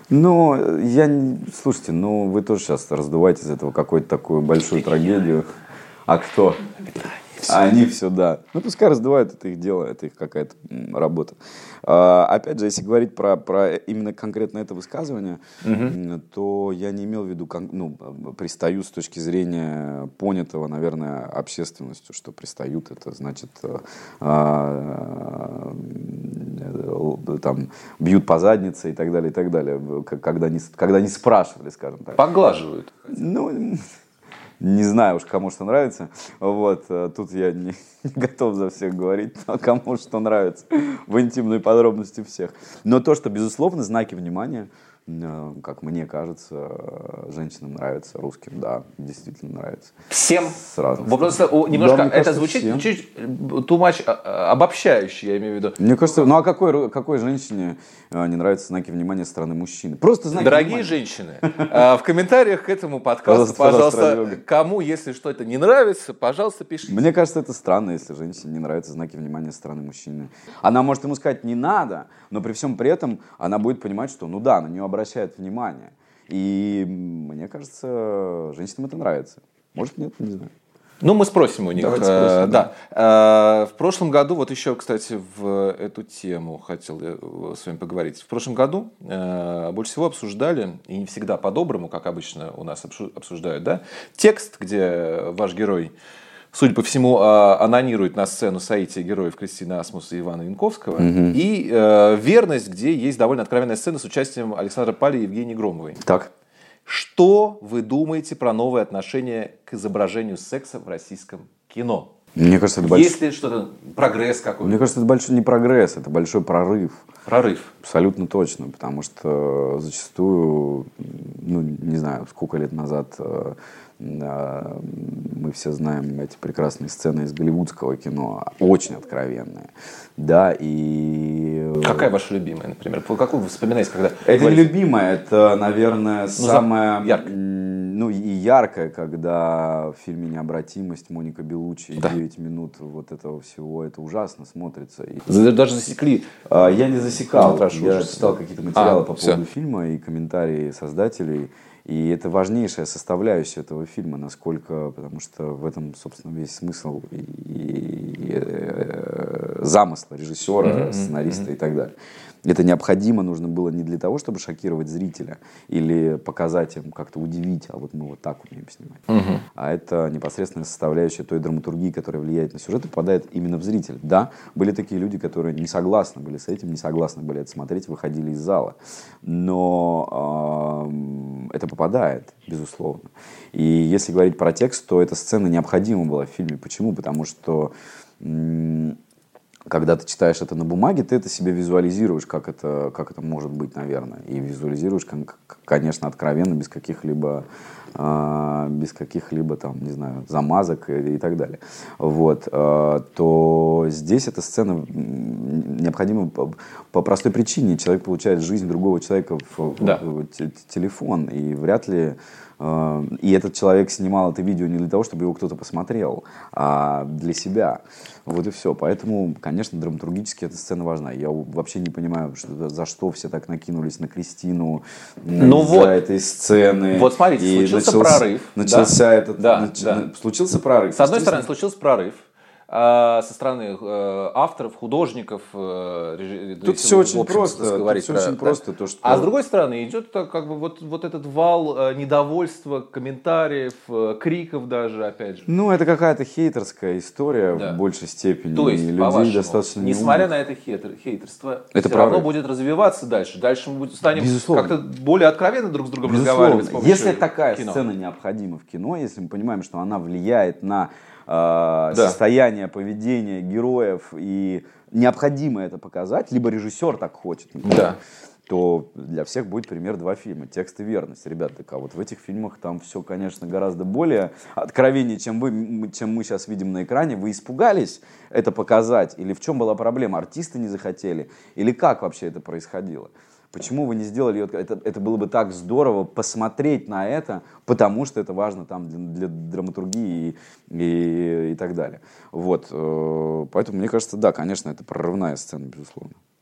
Ну, я... Слушайте, ну, вы тоже сейчас раздуваете из этого какую-то такую большую трагедию. А кто? А они все, да. Ну, пускай раздувают, это их дело, это их какая-то м, работа. А, опять же, если говорить про, про именно конкретно это высказывание, Мгм. то я не имел в виду, кон- ну, пристаю с точки зрения понятого, наверное, общественностью, что пристают, это значит, э, а, э, там, бьют по заднице и так далее, и так далее, к- когда не, с- когда не спрашивали, скажем так. Поглаживают. Ну, не знаю уж, кому что нравится. Вот, э, тут я не, не готов за всех говорить, но кому что нравится в интимной подробности всех. Но то, что, безусловно, знаки внимания, э, как мне кажется, э, женщинам нравятся, русским, да, действительно нравится. Всем. Сразу. Вот просто о, немножко Да, мне это кажется, звучит всем. чуть too much а, обобщающе, я имею в виду. Мне кажется, ну а какой, какой женщине э, не нравятся знаки внимания со стороны мужчины? Просто знаки Дорогие внимания. женщины, а, в комментариях к этому подкасту, Пожалуйста, пожалуйста, пожалуйста, радиога. кому, если что-то не нравится, пожалуйста, пишите. Мне кажется, это странно, если женщине не нравятся знаки внимания со стороны мужчины. Она может ему сказать «не надо», но при всем при этом она будет понимать, что ну да, на нее обращают внимание. И мне кажется, женщинам это нравится. Может, нет, не знаю. Ну, мы спросим у них. Давайте Э, спросим, да. Э, в прошлом году, вот еще, кстати, в эту тему хотел я э, с вами поговорить. В прошлом году э, больше всего обсуждали, и не всегда по-доброму, как обычно у нас обшу- обсуждают, да, текст, где ваш герой, судя по всему, э, анонирует на сцену соития героев Кристины Асмус и Ивана Янковского, и э, «Верность», где есть довольно откровенная сцена с участием Александра Пали и Евгении Громовой. Так. Что вы думаете про новое отношение к изображению секса в российском кино? Мне кажется, это большой... Есть ли что-то, прогресс какой-то? Мне кажется, это большой не прогресс, это большой прорыв. Прорыв. Абсолютно точно, потому что зачастую, ну, не знаю, сколько лет назад э, э, мы все знаем эти прекрасные сцены из голливудского кино, очень откровенные, да, и... Какая ваша любимая, например? Какую вы вспоминаете, когда... Это не говорите- любимое, это, наверное, за- самое... яркое. м, Ну, и яркое, когда в фильме «Необратимость» Моника Беллуччи, Да. девять минут вот этого всего, это ужасно смотрится. И Даже засекли. а, Я не засекал, Метраж я ужаса. читал какие-то материалы А, по всё. поводу фильма и комментарии создателей. И это важнейшая составляющая этого фильма, насколько, потому что в этом, собственно, весь смысл и, и, э, замысла режиссера, Мгм, сценариста мгм. и так далее. Это необходимо нужно было не для того, чтобы шокировать зрителя или показать им, как-то удивить, а вот мы вот так умеем снимать. Мгм. А это непосредственная составляющая той драматургии, которая влияет на сюжет и попадает именно в зрителя. Да, были такие люди, которые не согласны были с этим, не согласны были это смотреть, выходили из зала. Но эм, это попадает, безусловно. И если говорить про текст, то эта сцена необходима была в фильме. Почему? Потому что м, когда ты читаешь это на бумаге, ты это себе визуализируешь, как это, как это может быть, наверное. И визуализируешь, кон- конечно, откровенно, без каких-либо, а, без каких-либо там, не знаю, замазок и, и так далее. Вот. а, то здесь эта сцена м, необходима по, по простой причине. Человек получает жизнь другого человека в, в- Да. в те- телефон. И вряд ли... а, И этот человек снимал это видео не для того, чтобы его кто-то посмотрел, а для себя. Вот и все. Поэтому, конечно, драматургически эта сцена важна. Я вообще не понимаю, что, за что все так накинулись на Кристину Ну из-за вот. этой сцены. Вот смотрите, И случился начался- прорыв, Начался да? этот... Да, нач- да. на- Случился прорыв. С одной Естественно, стороны, случился прорыв а, со стороны э, авторов, художников. э, режи- Тут если все в очень общем просто. Тут говорить все про- очень да. просто. То, что... А с другой стороны, идет так, как бы вот, вот этот вал э, недовольства, комментариев, э, криков даже, опять же. Ну, это какая-то хейтерская история Да. в большей степени. То есть, и людей по-вашему, достаточно несмотря неумных. на это хейтер- хейтерство, Это все равно прорыв. будет развиваться дальше. Дальше мы будем- станем Безусловно. как-то более откровенно друг с другом Безусловно. разговаривать с помощью Если такая кино. сцена необходима в кино, если мы понимаем, что она влияет на э, Да. состояние, поведение героев, и необходимо это показать, либо режиссер так хочет, например, Да. то для всех будет пример два фильма «Текст» и «Верность». Ребята, так, а вот в этих фильмах там все, конечно, гораздо более откровеннее, чем, вы, м, чем мы сейчас видим на экране. Вы испугались это показать? Или в чем была проблема? Артисты не захотели? Или как вообще это происходило? Почему вы не сделали это? Это было бы так здорово посмотреть на это, потому что это важно там для, для драматургии и, и, и так далее. Вот. э, Поэтому, мне кажется, да, конечно, это прорывная сцена, безусловно.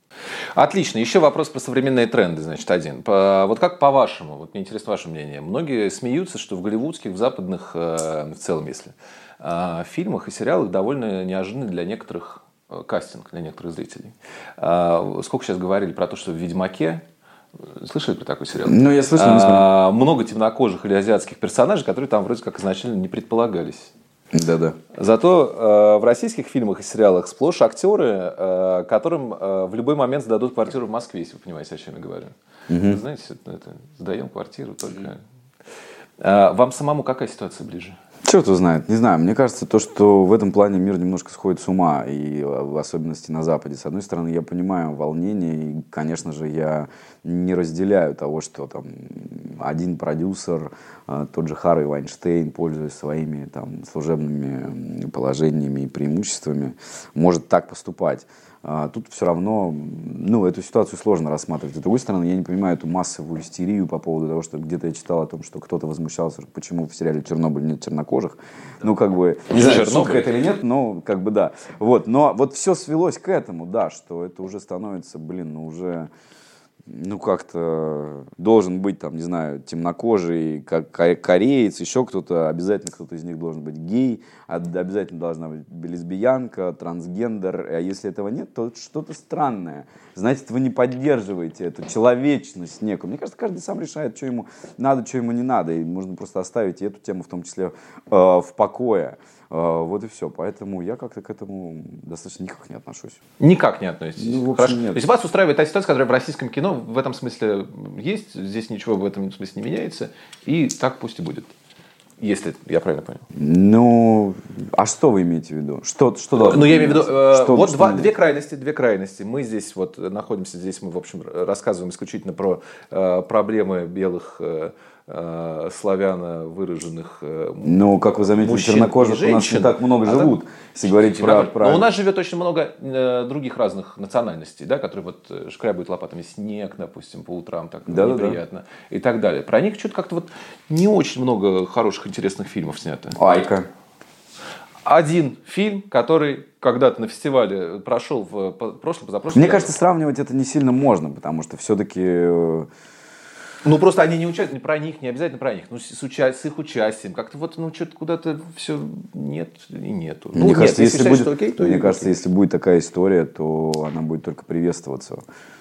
Отлично. Еще вопрос про современные тренды, значит, один. По, вот как по-вашему, вот мне интересно ваше мнение, многие смеются, что в голливудских, в западных, э, в целом, если, э, фильмах и сериалах довольно неожиданный для некоторых э, кастинг, для некоторых зрителей. Э, сколько сейчас говорили про то, что в «Ведьмаке», слышали про такой сериал? Ну, я слышал, не а, много темнокожих или азиатских персонажей, которые там вроде как изначально не предполагались. Да-да. Зато э, в российских фильмах и сериалах сплошь актеры, э, которым э, в любой момент сдадут квартиру в Москве, если вы понимаете, о чем я говорю. Угу. Вы знаете, это, это, сдаем квартиру только... Э, вам самому какая ситуация ближе? Черт его знает, не знаю. Мне кажется, то, что в этом плане мир немножко сходит с ума, и в особенности на Западе. С одной стороны, я понимаю волнение, и, конечно же, я не разделяю того, что там один продюсер, тот же Харви Вайнштейн, пользуясь своими там служебными положениями и преимуществами, может так поступать. Тут все равно, ну, эту ситуацию сложно рассматривать. С другой стороны, я не понимаю эту массовую истерию по поводу того, что где-то я читал о том, что кто-то возмущался, почему в сериале «Чернобыль» нет чернокожих. Ну, как бы, не знаю, шутка это или нет, но как бы да. Вот, но вот все свелось к этому, да, что это уже становится, блин, ну, уже... Ну, как-то должен быть, там, не знаю, темнокожий, как кореец, еще кто-то, обязательно кто-то из них должен быть гей, обязательно должна быть лесбиянка, трансгендер, а если этого нет, то что-то странное. Значит, вы не поддерживаете эту человечность некую. Мне кажется, каждый сам решает, что ему надо, что ему не надо, и можно просто оставить и эту тему, в том числе, э, в покое. Вот и все. Поэтому я как-то к этому достаточно никак не отношусь. Никак не относитесь? Ну, Хорошо. Нет. То есть вас устраивает та ситуация, которая в российском кино в этом смысле есть, здесь ничего в этом смысле не меняется, и так пусть и будет. Если я правильно понял. Ну, а что вы имеете в виду? Что, что должно Ну, я имею в виду, э, что, вот что два, две крайности, две крайности. Мы здесь вот находимся, здесь мы, в общем, рассказываем исключительно про э, проблемы белых э, э, славяно выраженных э, Ну, как вы заметили, чернокожих у нас не так много а живут. Так, если говорить про, про... Но у нас живет очень много э, других разных национальностей, да, которые вот шкрябают лопатами снег, допустим, по утрам, так да, неприятно, да. И так далее. Про них что-то как-то вот не очень много хороших, интересных фильмов снято. Айка. Один фильм, который когда-то на фестивале прошел в прошлом, позапрошлом. Мне кажется, сравнивать это не сильно можно, потому что все-таки... Ну, просто они не участвуют, про них, не обязательно про них, ну, с, уча- с их участием. Как-то вот, ну, что-то куда-то все нет и нету. Мне ну, кажется, нет, если, если, будет, окей, то мне и кажется, окей. если будет такая история, то она будет только приветствоваться.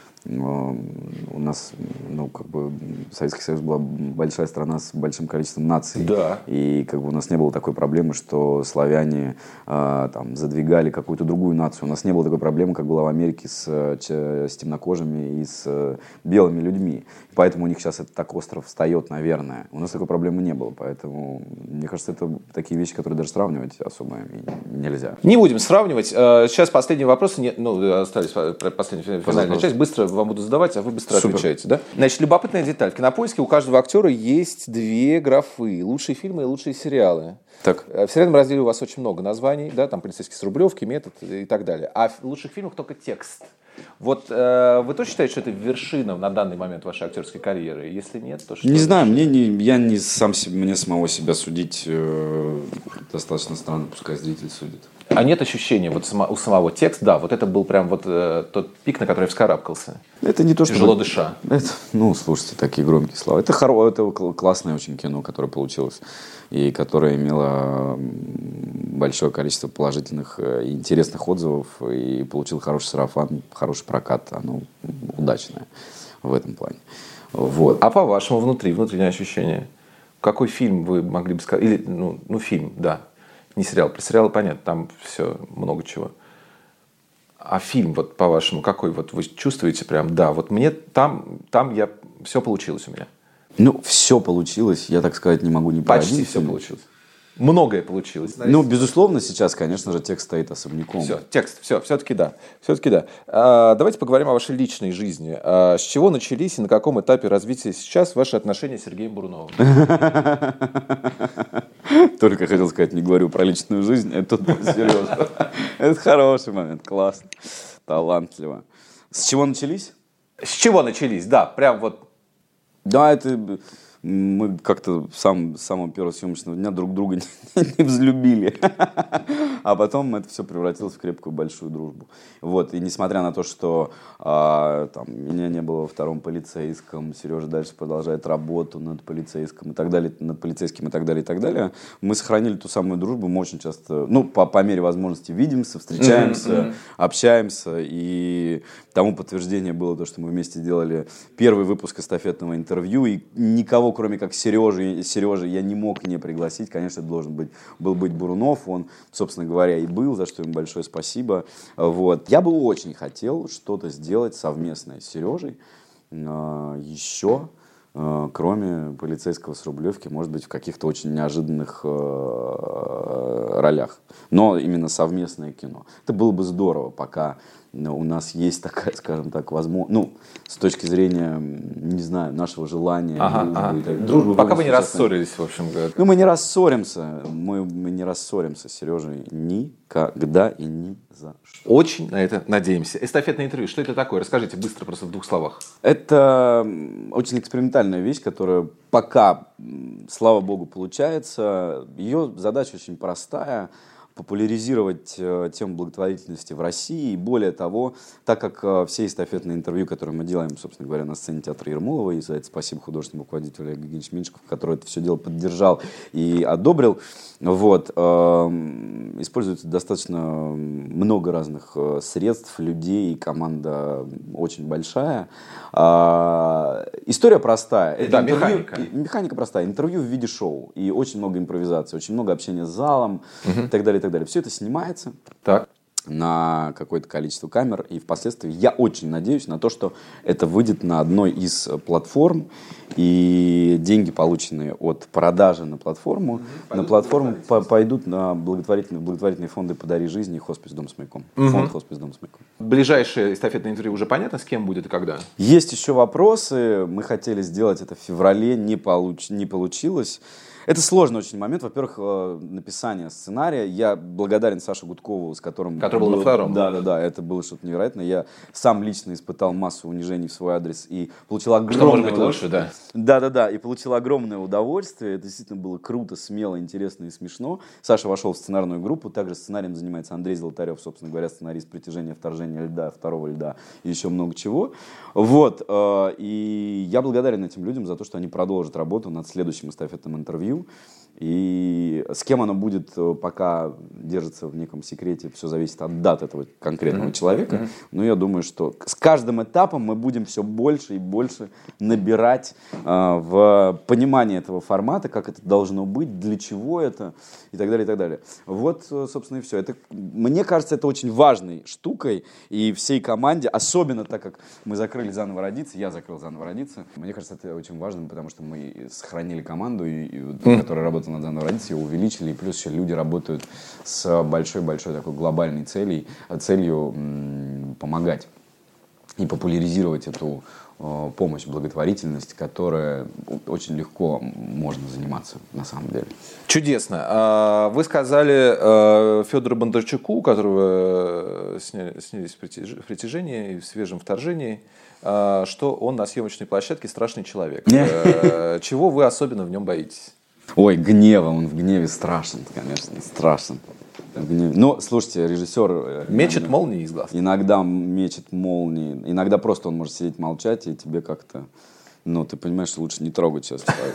У нас, ну, как бы, Советский Союз была большая страна с большим количеством наций. Да. И как бы у нас не было такой проблемы, что славяне э, там, задвигали какую-то другую нацию. У нас не было такой проблемы, как была в Америке с, с темнокожими и с белыми людьми. Поэтому у них сейчас это так остро встает, наверное. У нас такой проблемы не было. Поэтому, мне кажется, это такие вещи, которые даже сравнивать особо нельзя. Не будем сравнивать. Сейчас последние вопросы. Нет, ну, остались последняя финальная часть. Быстро вам буду задавать, а вы быстро Супер. Отвечаете. Да? Значит, любопытная деталь. В «Кинопоиске» у каждого актера есть две графы. Лучшие фильмы и лучшие сериалы. Так. В сериальном разделе у вас очень много названий. Да? Там «Полицейский с Рублевки», «Метод» и так далее. А в лучших фильмах только текст. Вот э, вы тоже считаете, что это вершина на данный момент вашей актерской карьеры? Если нет, то что? Не знаю, мне не, я не сам себе, мне самого себя судить э, достаточно странно, пускай зритель судит. А нет ощущения вот само, у самого текста, да, вот это был прям вот э, тот пик, на который я вскарабкался. Это не то, что... Тяжело дыша. Это, ну, слушайте, такие громкие слова. Это, хоро... это классное очень кино, которое получилось. И которое имело большое количество положительных и интересных отзывов. И получил хороший сарафан, хороший прокат. Оно удачное в этом плане. Вот. А по-вашему внутри, внутреннее ощущение? Какой фильм вы могли бы сказать? Или, ну, ну фильм, да. Не сериал. Про сериалы понятно, там все много чего. А фильм, вот по-вашему, какой? Вот вы чувствуете прям, да, вот мне там, там я, все получилось у меня. Ну, все получилось, я так сказать не могу не про Почти один все фильм. Получилось. Многое получилось. Ну, безусловно, сейчас, конечно же, текст стоит особняком. Все, текст, все, все-таки да. Все-таки да. А, давайте поговорим о вашей личной жизни. А, с чего начались и на каком этапе развития сейчас ваши отношения с Сергеем Буруновым? Только хотел сказать, не говорю про личную жизнь, это тут серьезно. Это хороший момент, классно, талантливо. С чего начались? С чего начались, да, прям вот. Да, это мы как-то сам, с самого первого съемочного дня друг друга не, не взлюбили. А потом это все превратилось в крепкую большую дружбу. Вот. И несмотря на то, что а, там, меня не было во втором полицейском, Сережа дальше продолжает работу над полицейским и так далее, над полицейским и так далее, и так далее, мы сохранили ту самую дружбу, мы очень часто, ну, по, по мере возможности видимся, встречаемся, mm-hmm. общаемся, и тому подтверждение было то, что мы вместе делали первый выпуск эстафетного интервью, и никого, кроме как Сережи, Сережи я не мог не пригласить. Конечно, это должен быть, был быть Бурунов, он, собственно говоря, и был, за что ему большое спасибо. Вот. Я бы очень хотел что-то сделать совместное с Сережей, э, еще, э, кроме полицейского с Рублевки, может быть, в каких-то очень неожиданных э, ролях. Но именно совместное кино. Это было бы здорово, пока у нас есть такая, скажем так, возможность, ну, с точки зрения, не знаю, нашего желания, ага, дружбы, ага. И так, дружбы. Пока вы не рассорились, в общем. Как... Ну, мы не рассоримся, мы, мы не рассоримся с Сережей никогда и ни за что. Очень на это надеемся. Эстафетное интервью, что это такое? Расскажите быстро, просто в двух словах. Это очень экспериментальная вещь, которая пока, слава богу, получается. Ее задача очень простая. Популяризировать э, тему благотворительности в России. И более того, так как э, все эстафетные интервью, которые мы делаем, собственно говоря, на сцене театра Ермолова, и за это спасибо художественному руководителю Олегу Евгеньевичу Меньшикову, который это все дело поддержал и одобрил, вот, э, используется достаточно много разных э, средств, людей, команда очень большая. Э, история простая. Это да, интервью, механика. Механика простая. Интервью в виде шоу. И очень много импровизации, очень много общения с залом, угу. и так далее, и так далее. Все это снимается так. на какое-то количество камер. И впоследствии я очень надеюсь на то, что это выйдет на одной из платформ. И деньги, полученные от продажи на платформу, mm-hmm. на платформу по- пойдут на благотворительные, благотворительные фонды «Подари жизни» и «Хоспис Дом с маяком». Mm-hmm. Фонд «Хоспис Дом с маяком». Ближайшее эстафетное интервью уже понятно, с кем будет и когда? Есть еще вопросы. Мы хотели сделать это в феврале, не, получ- не получилось. Это сложный очень момент. Во-первых, написание сценария. Я благодарен Саше Гудкову, с которым... Который был на втором. Да, да, да. Это было что-то невероятное. Я сам лично испытал массу унижений в свой адрес и получил огромное... Что может быть лучше, да. Да, да, да. И получил огромное удовольствие. Это действительно было круто, смело, интересно и смешно. Саша вошел в сценарную группу. Также сценарием занимается Андрей Золотарев, собственно говоря, сценарист «Притяжения, вторжения льда», «Второго льда» и еще много чего. Вот. И я благодарен этим людям за то, что они продолжат работу над следующим эстафетным интервью. И с кем оно будет, пока держится в неком секрете, все зависит от дат этого конкретного mm-hmm. человека. Mm-hmm. Но я думаю, что с каждым этапом мы будем все больше и больше набирать э, в понимание этого формата, как это должно быть, для чего это и так далее, и так далее. Вот, собственно, и все. Это, мне кажется, это очень важной штукой, и всей команде, особенно так как мы закрыли «Заново родиться», я закрыл «Заново родиться», мне кажется, это очень важно, потому что мы сохранили команду, и, и, mm-hmm. которая работала над «Заново родиться», ее увеличили, и плюс еще люди работают с большой-большой такой глобальной целью, целью м- помогать и популяризировать эту э, помощь, благотворительность, которая очень легко можно заниматься на самом деле. Чудесно. Вы сказали Федору Бондарчуку, у которого снялись в «Притяжении» и в «Свежем вторжении», что он на съемочной площадке страшный человек. Чего вы особенно в нем боитесь? Ой, гнева, он в гневе страшен, конечно, страшен. Но, слушайте, режиссер... Мечет иногда, молнии из глаз. Иногда мечет молнии. Иногда просто он может сидеть молчать, и тебе как-то... Ну, ты понимаешь, что лучше не трогать сейчас человека.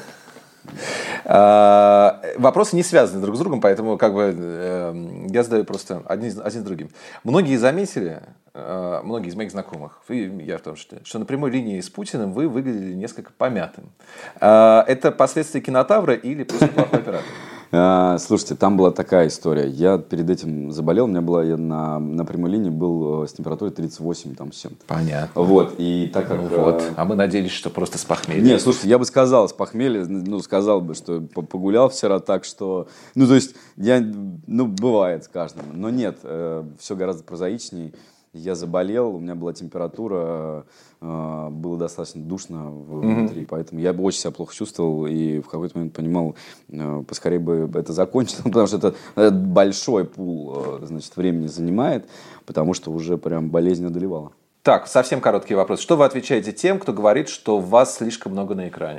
Вопросы не связаны друг с другом, поэтому как бы я задаю просто один, один с другим. Многие заметили, многие из моих знакомых, и я в том числе, что на прямой линии с Путиным вы выглядели несколько помятым. Это последствия кинотавра или просто плохой оператор? Слушайте, там была такая история. Я перед этим заболел, у меня была, я на, на прямой линии был с температурой тридцать восемь там с чем-то. Понятно. Вот, и так как... Ну, вот. А мы надеялись, что просто с похмелья. Нет, слушайте, я бы сказал, с похмелья, ну, сказал бы, что погулял вчера так, что... Ну, то есть, я, ну, бывает с каждым. Но нет, все гораздо прозаичнее. Я заболел, у меня была температура, э, было достаточно душно внутри, mm-hmm. поэтому я бы очень себя плохо чувствовал и в какой-то момент понимал, э, поскорее бы это закончилось, потому что это, это большой пул э, значит, времени занимает, потому что уже прям болезнь одолевала. Так, совсем короткий вопрос. Что вы отвечаете тем, кто говорит, что вас слишком много на экране?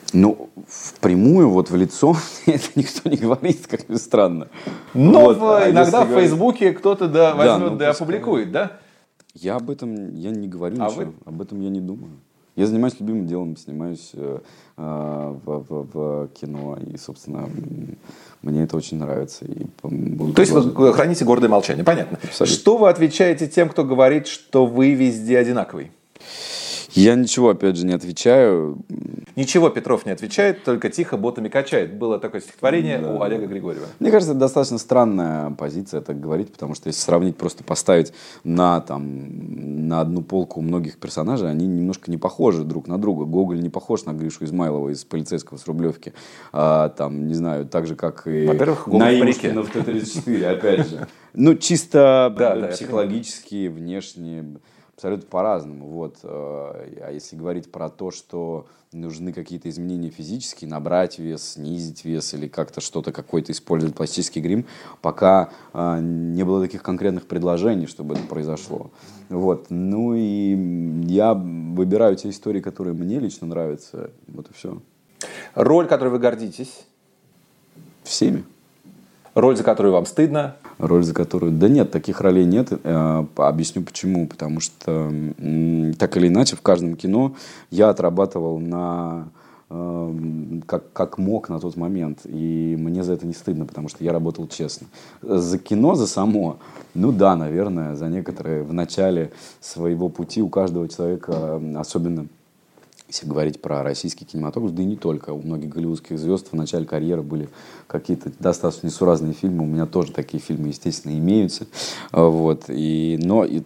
Ну, впрямую, вот в лицо это никто не говорит, как ни странно. Но вот, в, а иногда в говорить... Фейсбуке кто-то да, возьмет, да, ну, да, пускай. опубликует, да? Я об этом я не говорю а ничего, вы... об этом я не думаю. Я занимаюсь любимым делом, снимаюсь э, в, в, в кино, и, собственно, мне это очень нравится. И То есть вы храните гордое молчание, понятно. Абсолютно. Что вы отвечаете тем, кто говорит, что вы везде одинаковый? Я ничего, опять же, не отвечаю. Ничего Петров не отвечает, только тихо ботами качает. Было такое стихотворение да. у Олега Григорьева. Мне кажется, это достаточно странная позиция так говорить, потому что если сравнить, просто поставить на, там, на одну полку многих персонажей, они немножко не похожи друг на друга. Гоголь не похож на Гришу Измайлова из «Полицейского с Рублевки». А, там, не знаю, так же, как и Наимушкина в Т тридцать четыре, опять же. Ну, чисто психологически, внешне... Абсолютно по-разному. Вот. А если говорить про то, что нужны какие-то изменения физические, набрать вес, снизить вес или как-то что-то, какой-то использовать пластический грим, пока не было таких конкретных предложений, чтобы это произошло. Вот. Ну и я выбираю те истории, которые мне лично нравятся. Вот и все. Роль, которой вы гордитесь? Всеми. Роль, за которую вам стыдно? Роль, за которую... Да нет, таких ролей нет. Э, объясню почему. Потому что м, так или иначе в каждом кино я отрабатывал на, э, как, как мог на тот момент. И мне за это не стыдно, потому что я работал честно. За кино, за само, ну да, наверное, за некоторые в начале своего пути у каждого человека, особенно если говорить про российский кинематограф, да и не только. У многих голливудских звезд в начале карьеры были какие-то достаточно несуразные фильмы. У меня тоже такие фильмы, естественно, имеются. Вот. И, но и,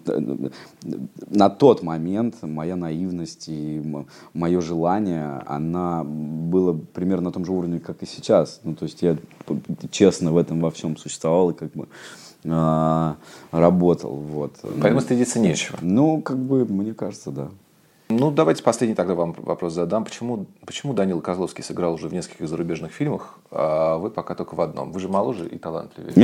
на тот момент моя наивность и мое желание, она была примерно на том же уровне, как и сейчас. Ну, то есть я честно в этом во всем существовал и как бы а, работал. Вот. Поэтому стыдиться нечего. Ну, как бы, мне кажется, да. Ну, давайте последний тогда вам вопрос задам. Почему, почему Данила Козловский сыграл уже в нескольких зарубежных фильмах, а вы пока только в одном? Вы же моложе и талантливее.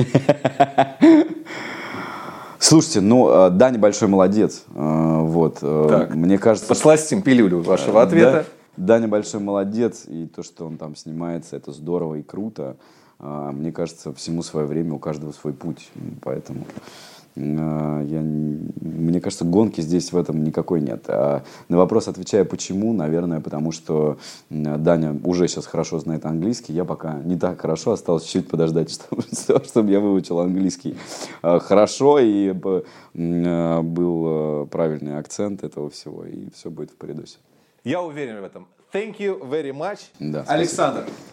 Слушайте, ну, Даня большой молодец. Вот. Так, мне кажется... Посластим пилюлю вашего ответа. Да, Даня большой молодец, и то, что он там снимается, это здорово и круто. Мне кажется, всему свое время, у каждого свой путь. Поэтому... Я, мне кажется, гонки здесь в этом никакой нет. А на вопрос отвечаю, почему, наверное, потому что Даня уже сейчас хорошо знает английский, я пока не так хорошо, осталось чуть-чуть подождать, чтобы, чтобы я выучил английский хорошо и был правильный акцент этого всего, и все будет в порядке. Я уверен в этом. Thank you very much. Да, Александр.